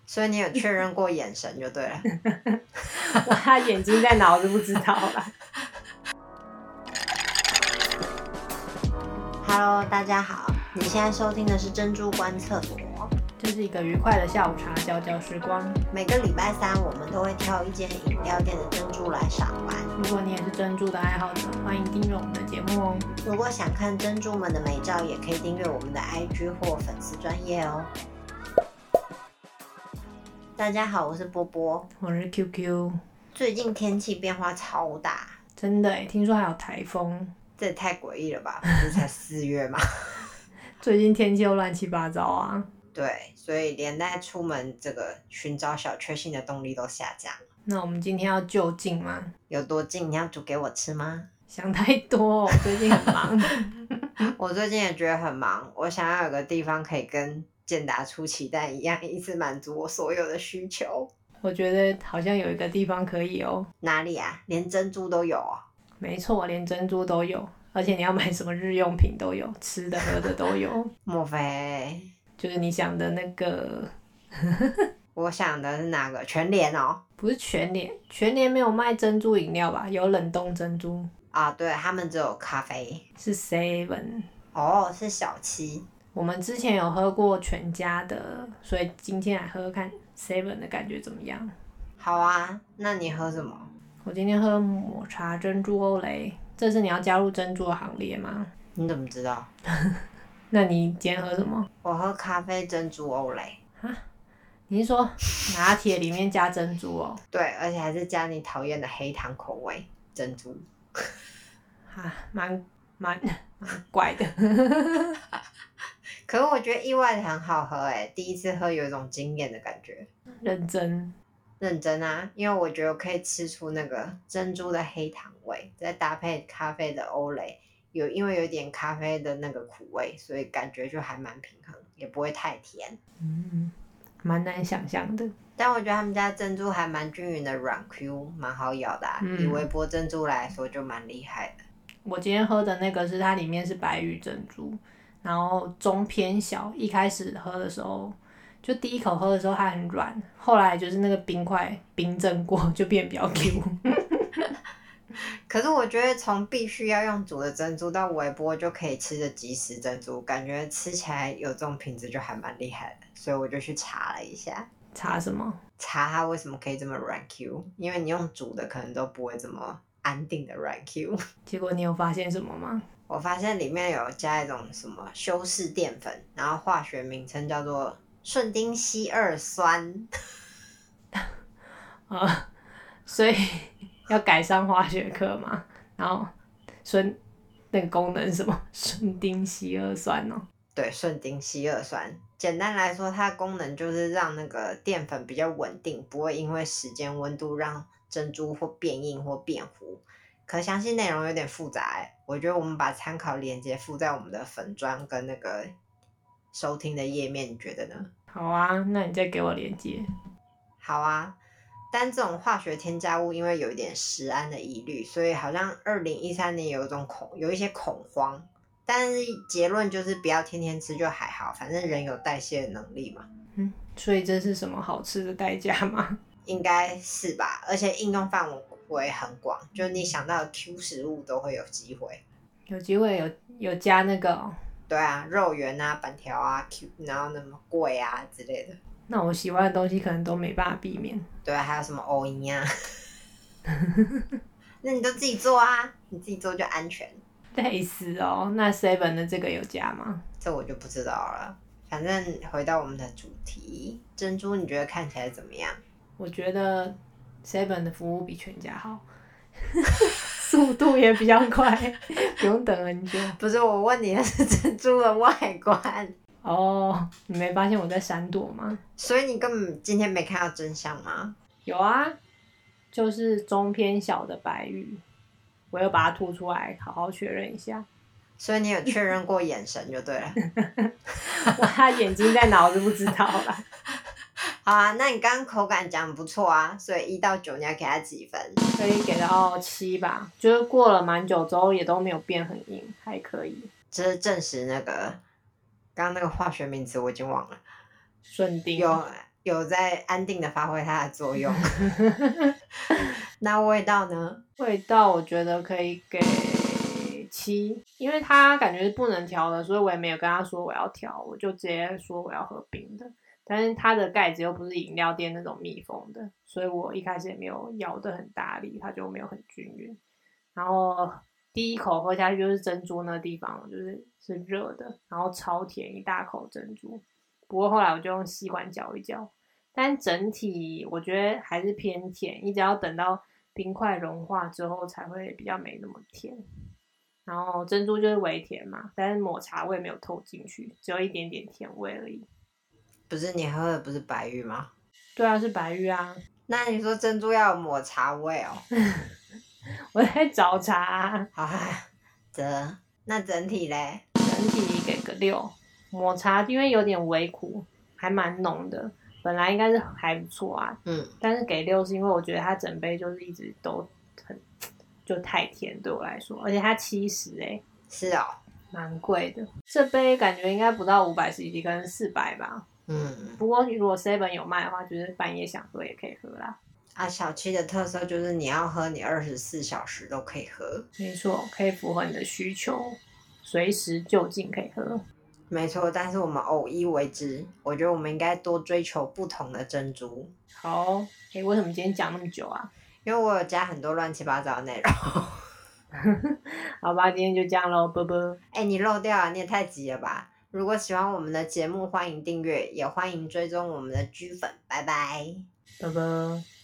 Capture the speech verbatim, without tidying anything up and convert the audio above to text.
所以你有确认过眼神就对了。 哇，他眼睛在哪我就不知道啦。 Hello， 大家好，你现在收听的是珍珠观厕所， 这是一个愉快的下午茶交交时光。 每个礼拜三我们都会挑一间饮料店的珍珠来赏玩。 如果你也是珍珠的爱好者，欢迎订阅我们的节目哦。 如果想看珍珠们的美照，也可以订阅我们的 I G 或粉丝专页哦。大家好，我是波波， 我是 Q Q。 最近天气变化超大， 真的耶，听说还有台风， 这也太诡异了吧？不是才四月吗？ 最近天气又乱七八糟啊。 对，所以连带出门这个寻找小确幸的动力都下降。 那我们今天要就近吗？ 有多近？你要煮给我吃吗？ 想太多、哦，最近很忙。 我最近也觉得很忙，我想要有个地方可以跟健达出奇蛋一样，一次满足我所有的需求。 我觉得好像有一个地方可以哦。 哪里啊？连珍珠都有哦。 没错，连珍珠都有，而且你要买什么日用品都有，吃的喝的都有。 莫非就是你想的那个？ 我想的是哪个？全联哦。 不是全联，全联没有卖珍珠饮料吧？有冷冻珍珠啊，对，他们只有咖啡。 是 seven 哦，是小七。 我们之前有喝过全家的，所以今天来喝喝看 seven 的感觉怎么样？ 好啊，那你喝什么？ 我今天喝抹茶珍珠欧蕾，这是你要加入珍珠的行列吗？ 你怎么知道？ 那你今天喝什么？ 我喝咖啡珍珠欧蕾。 啊？你是说拿铁里面加珍珠哦？ 对，而且还是加你讨厌的黑糖口味珍珠。 啊，蛮蛮蛮怪的。 可是我觉得意外的很好喝诶，第一次喝有一种惊艳的感觉。 认真认真啊，因为我觉得我可以吃出那个珍珠的黑糖味，再搭配咖啡的欧蕾，有因为有点咖啡的那个苦味，所以感觉就还蛮平衡，也不会太甜。 嗯，蛮难想象的。 但我觉得他们家珍珠还蛮均匀的，软 Q， 蛮好咬的、啊嗯、以微波珍珠来说就蛮厉害的。 我今天喝的那个是它里面是白玉珍珠，然后中偏小，一开始喝的时候就第一口喝的时候它很软，后来就是那个冰块冰镇过就变比较 Q。 可是我觉得从必须要用煮的珍珠到微波就可以吃的即食珍珠，感觉吃起来有这种品质就还蛮厉害的，所以我就去查了一下。 查什么？ 查它为什么可以这么软 Q， 因为你用煮的可能都不会这么安定的软 Q。 结果你有发现什么吗？ 我发现里面有加一种什么修饰淀粉，然后化学名称叫做顺丁烯二酸。 呃，所以要改上化学课嘛，然后顺那个功能是什么？顺丁烯二酸哦。 对，顺丁烯二酸，简单来说它的功能就是让那个淀粉比较稳定，不会因为时间温度让珍珠或变硬或变糊。可详细内容有点复杂耶，我觉得我们把参考链接附在我们的粉专跟那个收听的页面，你觉得呢？ 好啊，那你再给我链接。 好啊，但这种化学添加物因为有一点食安的疑虑，所以好像二零一三年有一种恐有一些恐慌，但是结论就是不要天天吃就还好，反正人有代谢的能力嘛。 嗯，所以这是什么好吃的代价吗？ 应该是吧，而且应用范围很广，就是你想到的 Q 食物都会有机会。 有机会有有加那个、哦？ 对啊，肉圆啊、板条啊、Q， 然后那么贵啊之类的。 那我喜欢的东西可能都没办法避免。 对啊，还有什么欧因啊？那你都自己做啊，你自己做就安全。 累死哦！那 seven 的这个有加吗？ 这我就不知道了。反正回到我们的主题，珍珠你觉得看起来怎么样？ 我觉得 seven 的服务比全家好，速度也比较快，不用等很久。 不是，我问你的是珍珠的外观。 哦，你没发现我在闪躲吗？ 所以你根本今天没看到真相吗？ 有啊，就是中偏小的白玉，我又把它吐出来，好好确认一下。 所以你有确认过眼神就对了。 哇，他眼睛在哪我就不知道了。 好啊，那你刚刚口感讲不错啊，所以一到九你要给它几分？ 可以给到七吧，就是过了蛮久之后也都没有变很硬，还可以。 这是证实那个刚刚那个化学名词我已经忘了。 顺丁有有在安定的发挥它的作用。那味道呢？ 味道我觉得可以给七，因为它感觉是不能调的，所以我也没有跟他说我要调，我就直接说我要喝冰的。但是它的盖子又不是饮料店那种密封的，所以我一开始也没有摇得很大力，它就没有很均匀。然后第一口喝下去就是珍珠那地方，就是是热的，然后超甜，一大口珍珠。不过后来我就用吸管搅一搅，但整体我觉得还是偏甜，一直要等到冰块融化之后才会比较没那么甜。然后珍珠就是微甜嘛，但是抹茶味没有透进去，只有一点点甜味而已。 不是你喝的不是白玉吗？ 对啊，是白玉啊。 那你说珍珠要有抹茶味哦？ 我在找茶啊。 好，这那整体嘞？ 整体给个六。抹茶因为有点微苦，还蛮浓的，本来应该是还不错啊。 嗯， 但是给六是因为我觉得它整杯就是一直都很就太甜对我来说，而且它七十哎， 是哦， 蛮贵的。这杯感觉应该不到五百 C C， 可能四百吧。 嗯， 不过如果 seven 有卖的话，就是半夜想喝也可以喝啦。 啊，小七的特色就是你要喝，你二十四小时都可以喝。 没错，可以符合你的需求，随时就近可以喝。 没错，但是我们偶一为之，我觉得我们应该多追求不同的珍珠。 好，诶，为什么今天讲那么久啊？ 因为我有加很多乱七八糟的内容。 好吧，今天就这样咯，啵啵。 哎、欸，你漏掉了，你也太急了吧！如果喜欢我们的节目，欢迎订阅，也欢迎追踪我们的 G 粉，拜拜。 啵啵。